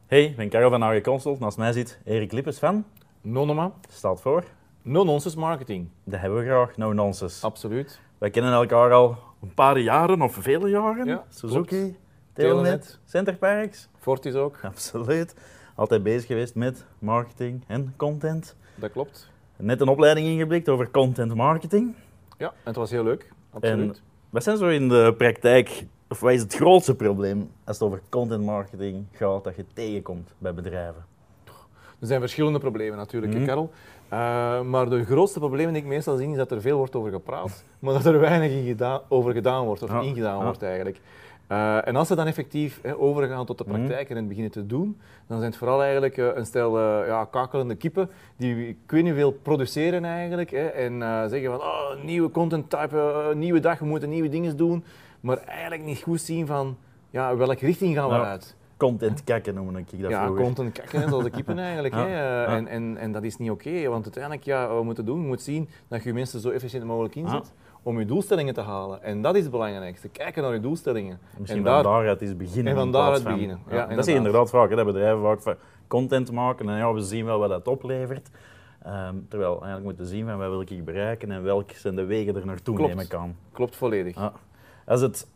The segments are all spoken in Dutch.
Hey, ik ben Karel van AG Consult. Naast mij zit Erik Lippes van. Nonoma. Stelt voor. No-nonsense marketing. Dat hebben we graag. No nonsense. Absoluut. Wij kennen elkaar al een paar jaren of vele jaren. Ja, Suzuki, klopt. Telenet, Centerparks. Fortis ook. Absoluut. Altijd bezig geweest met marketing en content. Dat klopt. Net een opleiding ingeblikt over content marketing. Ja, en het was heel leuk. Absoluut. En wat zijn zo in de praktijk, of wat is het grootste probleem als het over content marketing gaat dat je tegenkomt bij bedrijven? Er zijn verschillende problemen natuurlijk, hè, Mhm. Karel. Maar de grootste problemen die ik meestal zie is dat er veel wordt over gepraat, maar dat er weinig over gedaan wordt, of Ja, ingedaan ja. wordt eigenlijk. En als ze dan effectief overgaan tot de praktijk en het beginnen te doen, dan zijn het vooral eigenlijk een stel kakelende kippen die ik weet niet veel produceren eigenlijk. En zeggen van, oh, nieuwe content type, nieuwe dag, we moeten nieuwe dingen doen. Maar eigenlijk niet goed zien van, ja, welke richting gaan we Ja. uit. Content kakken noemde ik dat Ja, vroeger. content kakken zoals de kippen eigenlijk. Ja, Hè. ja. En dat is niet oké, want uiteindelijk, ja, wat we moeten doen, je moet zien dat je je mensen zo efficiënt mogelijk inzet om je doelstellingen te halen. En dat is het belangrijkste, kijken naar je doelstellingen. Misschien en van daaruit is beginnen. en van in plaats daaruit van- beginnen. Ja, dat is inderdaad. inderdaad vaak, hè, dat bedrijven vaak van content maken en ja, we zien wel wat dat oplevert. Terwijl eigenlijk moeten zien van wat wil ik bereiken en welke zijn de wegen er naartoe, Klopt. neem ik aan. Klopt volledig. Ja. Als het,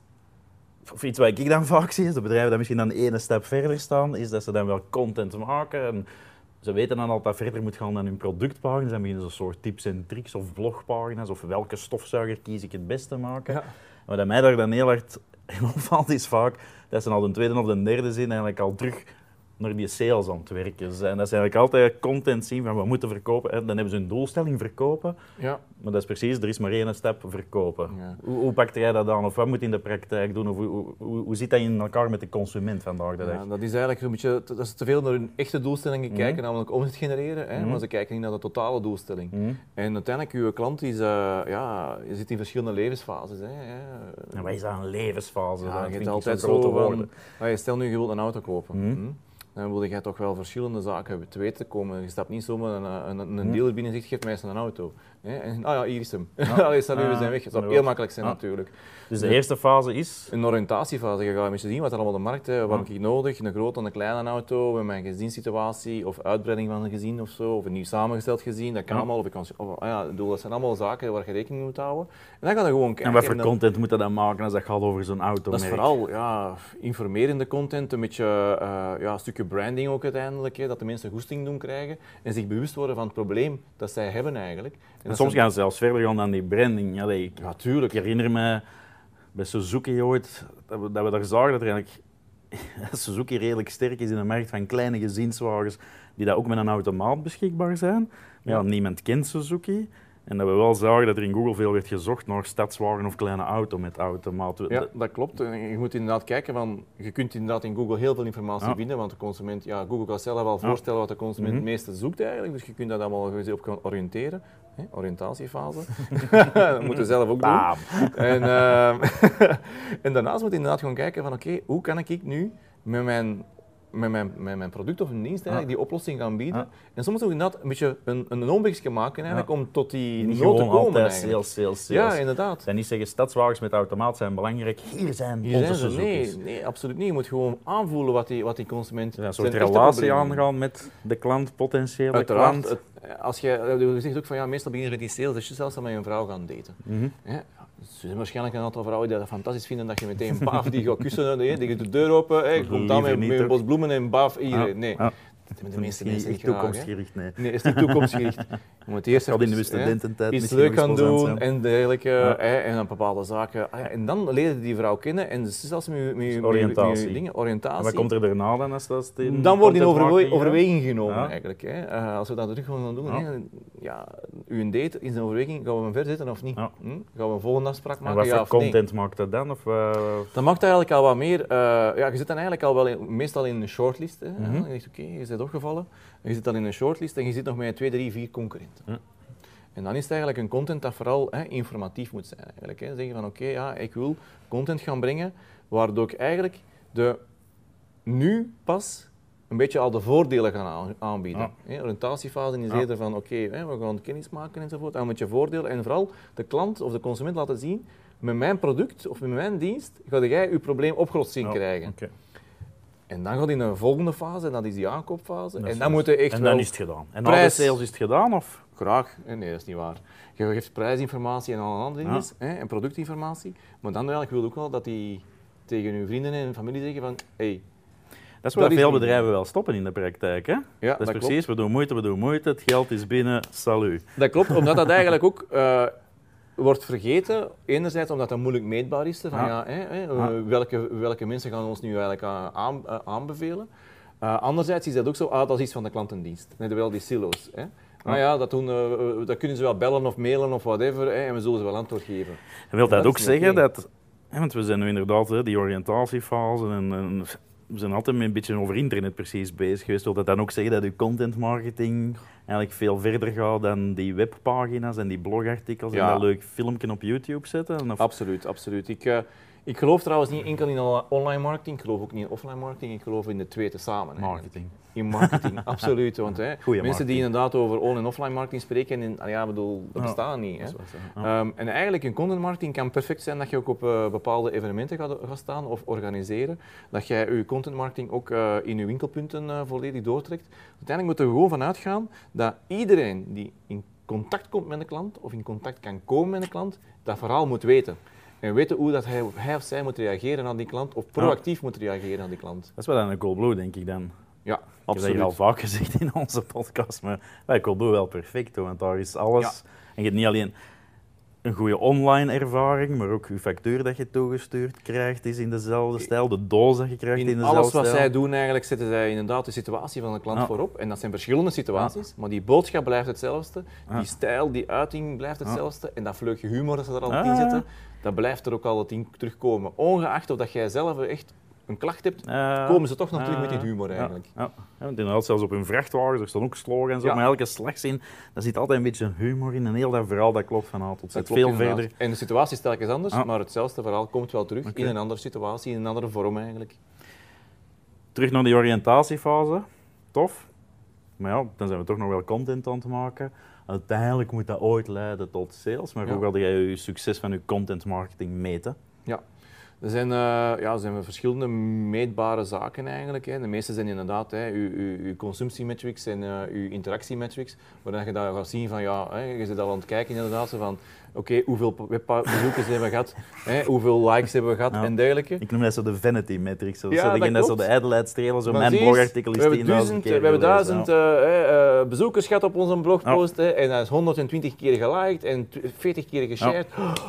of iets wat ik dan vaak zie, is de bedrijven die misschien dan ene stap verder staan, is dat ze dan wel content maken. En ze weten dan al dat verder moet gaan dan hun productpagina's. Dan beginnen ze een soort tips en tricks of blogpagina's of welke stofzuiger kies ik het beste maken. Ja. Maar dat mij daar dan heel hard in opvalt is vaak dat ze al de tweede of de derde zin eigenlijk al terug naar die sales aan het werken zijn. Dat ze eigenlijk altijd content zien van we moeten verkopen. Hè. Dan hebben ze hun doelstelling verkopen, Ja. maar dat is precies, er is maar één stap verkopen. Ja. Hoe pakt jij dat aan? Of wat moet je in de praktijk doen? Of hoe zit dat in elkaar met de consument vandaag de dag? Ja, dat is eigenlijk zo'n beetje, dat ze te veel naar hun echte doelstellingen kijken, namelijk omzet genereren, hè, maar ze kijken niet naar de totale doelstelling. En uiteindelijk, uw klant is, je zit in verschillende levensfases. Hè. En wat is dat een levensfase? Ja, Dat je vind hebt ik altijd zo'n grote zo van, woorden. stel nu je wilt een auto kopen. Dan wil je toch wel verschillende zaken te weten komen. Je stapt niet zomaar een dealer binnen en zegt, geef mij eens een auto. En, ah ja, hier is hem. Allee, stel nu, we zijn weg. Dat zou heel makkelijk zijn natuurlijk. Dus de eerste fase is... Een oriëntatiefase, je gaat een beetje zien wat er allemaal op de markt is, wat heb ik nodig, een grote en een kleine auto, met mijn gezinssituatie of uitbreiding van een gezin of zo, of een nieuw samengesteld gezin, dat kan allemaal. Of ik kan, ik bedoel, dat zijn allemaal zaken waar je rekening mee moet houden. En dan ga je gewoon kijken. En wat voor content moet je dan maken als dat gaat over zo'n automerk? Dat is vooral informerende content, een beetje een stukje branding ook uiteindelijk, dat de mensen goesting doen krijgen en zich bewust worden van het probleem dat zij hebben eigenlijk. En soms gaan ze zelfs verder gaan dan die branding. Allee, Ja, tuurlijk. ik herinner me bij Suzuki ooit dat we daar zagen dat er eigenlijk Suzuki redelijk sterk is in de markt van kleine gezinswagens die dat ook met een automaat beschikbaar zijn. Maar ja, niemand kent Suzuki. En dat we wel zagen dat er in Google veel werd gezocht naar stadswagen of kleine auto met automaat. Ja, dat klopt. En je moet inderdaad kijken, van, je kunt inderdaad in Google heel veel informatie vinden, want de consument, Google kan zelf wel voorstellen wat de consument het meeste zoekt eigenlijk, dus je kunt dat allemaal op gaan oriënteren. Oriëntatiefase. Dat moeten we zelf ook doen. En, en daarnaast moet je inderdaad gewoon kijken van oké, hoe kan ik nu met mijn product of een dienst eigenlijk die oplossing gaan bieden. En soms moet je inderdaad een beetje een omwegje maken eigenlijk, om tot die Niet nood te gewoon komen. altijd sales. Ja, inderdaad. En niet zeggen stadswagens met automaat zijn belangrijk. Hier zijn Hier onze zijn ze. Suzuki's. Nee, absoluut niet. Je moet gewoon aanvoelen wat die consument... Ja, een soort zijn echte relatie problemen. aangaan met de klant, potentiële Uiteraard. klant. Als je zegt ook van meestal begin je met die sales, dat je zelfs met een vrouw gaan daten. Er zijn waarschijnlijk een aantal vrouwen die dat fantastisch vinden dat je meteen baaf die gaat kussen, die gaat de deur open, je komt dan met een bos bloemen en baaf iedereen. Nee. Dat hebben de meeste mensen niet graag. Toekomstgericht, nee. Nee, is niet toekomstgericht. Je moet eerst Gaat in de even, studententijd iets misschien leuk nog gaan eens plezant doen zijn. en dergelijke. En dan bepaalde zaken. En dan leer je die vrouw kennen en dus zelfs met je oriëntatie. dingen, En oriëntatie. wat komt er daarna dan? Als dat Dan wordt in content marketing overweging genomen Ja. eigenlijk. Als we dat terug gaan doen, uw date is een overweging, gaan we hem verzetten of niet? Ja. Gaan we een volgende afspraak En maken, wat ja voor of nee? content maakt dat dan? Of, Dat maakt eigenlijk al wat meer. Je zit dan eigenlijk al wel meestal in een shortlist. Hè. Je zegt oké, je bent opgevallen. Je zit dan in een shortlist en je zit nog met 2, 3, 4 concurrenten. En dan is het eigenlijk een content dat vooral informatief moet zijn. Eigenlijk, hè. Zeggen van oké, ik wil content gaan brengen waardoor ik eigenlijk nu pas een beetje al de voordelen gaan aanbieden. De oriëntatiefase is eerder van oké, we gaan kennis maken enzovoort, en met je voordelen en vooral de klant of de consument laten zien, met mijn product of met mijn dienst ga jij je probleem opgelost zien krijgen. Okay. En dan gaat in een volgende fase, en dat is die aankoopfase. Dat En is dan juist. moet je echt En wel dan is het gedaan. En na de prijs- sales is het gedaan, of? graag. Nee, dat is niet waar. Je geeft prijsinformatie en al andere dingen, en productinformatie. Maar dan eigenlijk wil je ook wel dat die tegen je vrienden en familie zeggen van hey, Dat is waar Dat is veel niet- bedrijven wel stoppen in de praktijk. Hè? ja, Dat is klopt. precies, we doen moeite, het geld is binnen, salut. Dat klopt, omdat dat eigenlijk ook wordt vergeten. Enerzijds omdat dat moeilijk meetbaar is. Van, welke mensen gaan ons nu eigenlijk aanbevelen. Anderzijds is dat ook zo, dat is iets van de klantendienst. Dan hebben we wel die silo's. Hè. Nou ja, dat kunnen ze wel bellen of mailen of whatever, en we zullen ze wel antwoord geven. Je wilt dat Dat ook is zeggen, oké. dat, want we zijn nu inderdaad die oriëntatiefase en we zijn altijd een beetje over internet precies bezig geweest. Wil dat dan ook zeggen dat uw content marketing eigenlijk veel verder gaat dan die webpagina's en die blogartikels Ja. en dat leuk filmpje op YouTube zetten? Of? Absoluut, absoluut. Ik geloof trouwens niet enkel in online marketing, ik geloof ook niet in offline marketing, ik geloof in de twee tezamen. Marketing. In marketing, absoluut. Want Goeie mensen die marketing. inderdaad over on- en offline marketing spreken, dat bestaat niet. Hè. Dat is wel zo. Ja. En eigenlijk in content marketing kan perfect zijn dat je ook op bepaalde evenementen gaat staan of organiseren. Dat jij je content marketing ook in je winkelpunten volledig doortrekt. Uiteindelijk moeten we gewoon van uitgaan dat iedereen die in contact komt met de klant of in contact kan komen met de klant, dat verhaal moet weten. En weten hoe dat hij of zij moet reageren aan die klant of proactief moet reageren aan die klant. Dat is wel een Coolblue, denk ik dan. Ja, Ik heb dat absoluut. hier al vaak gezegd in onze podcast, maar bij Coolblue wel perfect, hoor, want daar is alles. Ja. En je hebt niet alleen een goede online ervaring, maar ook je factuur dat je toegestuurd krijgt is in dezelfde stijl, de doos dat je krijgt in In dezelfde alles wat stijl. zij doen, eigenlijk, zetten zij inderdaad de situatie van de klant Ja. voorop. En dat zijn verschillende situaties, maar die boodschap blijft hetzelfde. Ja. Die stijl, die uiting blijft hetzelfde. En dat vleugje humor dat ze er altijd Ja. in zetten, dat blijft er ook altijd in terugkomen. Ongeacht of dat jij zelf echt een klacht hebt, komen ze toch nog terug met die humor eigenlijk. Ja. Ja, want inderdaad, zelfs op hun vrachtwagens, er staan ook slogans en zo, Ja. maar elke slagzin, daar zit altijd een beetje humor in en heel dat verhaal dat klopt van A tot Z. Dat klopt Veel inderdaad. verder. En de situatie is telkens anders, Ja. maar hetzelfde verhaal komt wel terug Oké. in een andere situatie, in een andere vorm eigenlijk. Terug naar die oriëntatiefase, tof. Maar ja, dan zijn we toch nog wel content aan het maken. Uiteindelijk moet dat ooit leiden tot sales, maar Ja. hoe ga jij je succes van je content marketing meten? Er zijn verschillende meetbare zaken eigenlijk. Hè. De meeste zijn inderdaad uw consumptiemetrics en uw interactiemetrics, waar je daar gaat zien van je zit al aan het kijken inderdaad, zo van oké, hoeveel webbezoekers hebben we gehad, hoeveel likes hebben we gehad Ja. en dergelijke. Ik noem dat zo de vanity metrics. Zo. Ja, Zo dat dat zo klopt. de ijdelheidsstrelen. Zo Maar mijn zie eens, blogartikel is we hebben 10.000 keer we hebben gelezen, 1000 bezoekers gehad op onze blogpost en dat is 120 keer geliked en 40 keer geshared.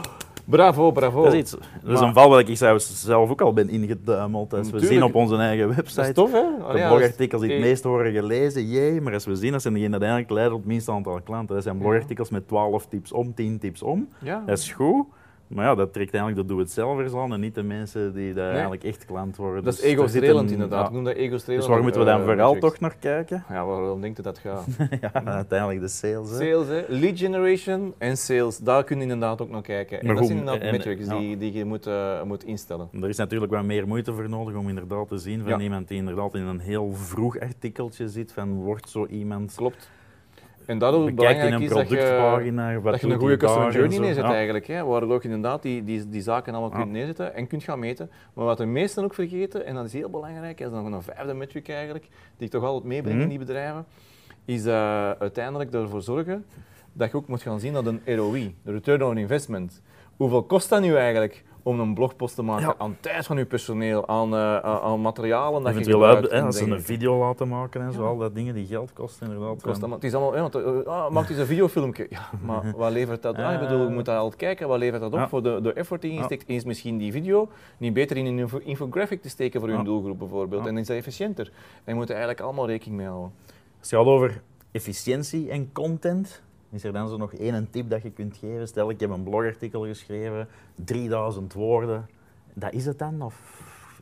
Bravo, bravo. Dat is, dat is Maar- een val waar ik zelf ook al ben ingeduimeld. Als we Tuurlijk. zien op onze eigen Dat is website, tof, hè? de blogartikels die het meest worden gelezen, jee. Maar als we zien, dat zijn degenen die eigenlijk leiden tot het minste aantal klanten. Dat zijn blogartikels met 12 tips om, 10 tips om. Ja. Dat is goed. Maar ja, dat trekt eigenlijk de doe-het-zelvers aan en niet de mensen die daar eigenlijk echt klant worden. Dat is Dus er ego-strelend zit een- inderdaad. Ik ja. noem dat ego-strelend. Dus waar moeten we dan vooral metrics. toch naar kijken? Ja, waarom denkt u dat gaat? Ja, uiteindelijk de sales. Hè. Sales, hè? Lead generation en sales, daar kun je inderdaad ook naar kijken. En Maar dat goed, zijn inderdaad en- metrics ja. die je moet instellen. Er is natuurlijk wat meer moeite voor nodig om inderdaad te zien van Ja. iemand die inderdaad in een heel vroeg artikeltje zit van wordt zo iemand Klopt. En daardoor bekijkt in belangrijk een is dat je, productpagina, wat dat je doet een goede die customer daar en journey zo. neerzet Ja. eigenlijk. Hè? Waar je ook inderdaad die zaken allemaal kunt neerzetten en kunt gaan meten. Maar wat de meesten ook vergeten, en dat is heel belangrijk, dat is nog een vijfde metric eigenlijk, die ik toch altijd meebreng in die bedrijven, is uiteindelijk ervoor zorgen dat je ook moet gaan zien naar een ROI, de return on investment. Hoeveel kost dat nu eigenlijk om een blogpost te maken, Ja. aan tijd van je personeel, aan materialen dat je Eventueel gebruikt. en als ze een dergelijke. video laten maken en zo, al dat dingen die geld kosten inderdaad. Het kost allemaal, het is allemaal, maakt eens een videofilmpje. Ja, maar wat levert dat aan? Ik bedoel, je moet dat altijd kijken, wat levert dat op Ja. voor de effort die je steekt? Is misschien die video niet beter in een infographic te steken voor je Ja. doelgroep bijvoorbeeld? Ja. En is dat efficiënter? En je moet er eigenlijk allemaal rekening mee houden. Als het gaat over efficiëntie en content, is er dan zo nog één tip dat je kunt geven? Stel, ik heb een blogartikel geschreven, 3000 woorden. Dat is het dan? Of?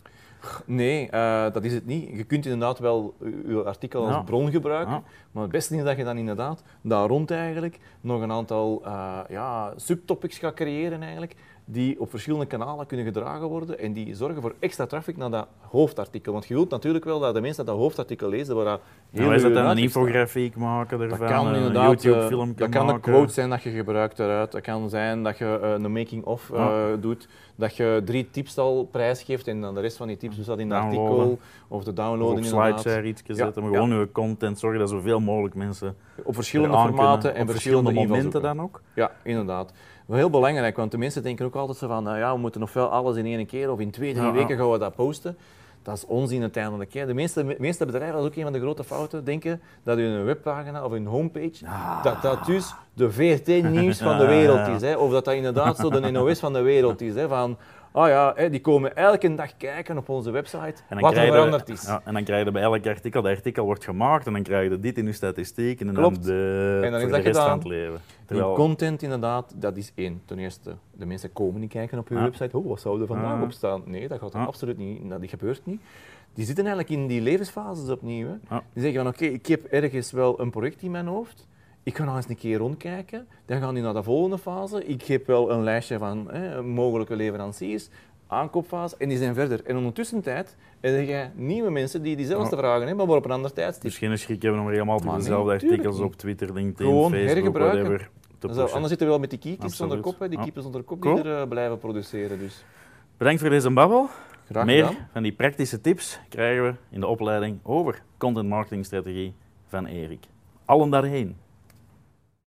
Nee, dat is het niet. Je kunt inderdaad wel je artikel als Ja. bron gebruiken, Ja. maar het beste is dat je dan inderdaad daar rond eigenlijk nog een aantal subtopics gaat creëren eigenlijk, die op verschillende kanalen kunnen gedragen worden en die zorgen voor extra traffic naar dat hoofdartikel. Want je wilt natuurlijk wel dat de mensen dat hoofdartikel lezen, waar dat heel is dat veel dan een uitleg staat. infografiek maken ervan, Dat kan een inderdaad, YouTube-film dat kan een maken? quote zijn dat je gebruikt daaruit. Dat kan zijn dat je een making-of doet, dat je 3 tips al prijsgeeft en dan de rest van die tips staat in het Downloaden. artikel of de Of downloaden op inderdaad. SlideShare iets Ja, zetten, maar gewoon uw content zorgen dat zoveel mogelijk mensen Op verschillende eraan kunnen. formaten en op verschillende momenten invalshoeken. dan ook. Ja, inderdaad. Wel heel belangrijk, want de mensen denken ook altijd zo van, ja, we moeten nog wel alles in 1 keer of in 2, 3 weken gaan we dat posten. Dat is onzin uiteindelijk. Hè. De meeste bedrijven, dat is ook een van de grote fouten, denken dat hun webpagina of hun homepage, dat dus de VRT-nieuws van de wereld is. Hè. Of dat inderdaad zo de NOS van de wereld is. Hè. Van, die komen elke dag kijken op onze website wat er veranderd is. Ja, en dan krijg je bij elk artikel, dat artikel wordt gemaakt en dan krijg je dit in je statistieken en Klopt. dan En dan is voor dat de rest gedaan. van het leven. Die content inderdaad, dat is één. Ten eerste, de mensen komen niet kijken op je website. Oh, wat zou er vandaag op staan? Nee, dat gaat er absoluut niet. Dat gebeurt niet. Die zitten eigenlijk in die levensfases opnieuw. Hè. Die zeggen van oké, ik heb ergens wel een project in mijn hoofd. Ik ga nog eens een keer rondkijken. Dan gaan die naar de volgende fase. Ik heb wel een lijstje van mogelijke leveranciers. Aankoopfase en die zijn verder. En ondertussen tijd heb je nieuwe mensen die diezelfde vragen hebben, maar op een ander tijdstip. Dus geen schrik hebben om regelmatig Maar dezelfde nee, tuurlijk artikels niet. op Twitter, LinkedIn, Gewoon Facebook, hergebruiken. whatever, te pushen. Anders zitten we wel met die kiekjes Absoluut. zonder kop, hè. Die kiepers zonder kop Cool. die er blijven produceren. Dus. Bedankt voor deze babbel. Graag Meer gedaan. van die praktische tips krijgen we in de opleiding over content marketing strategie van Erik. Allen daarheen.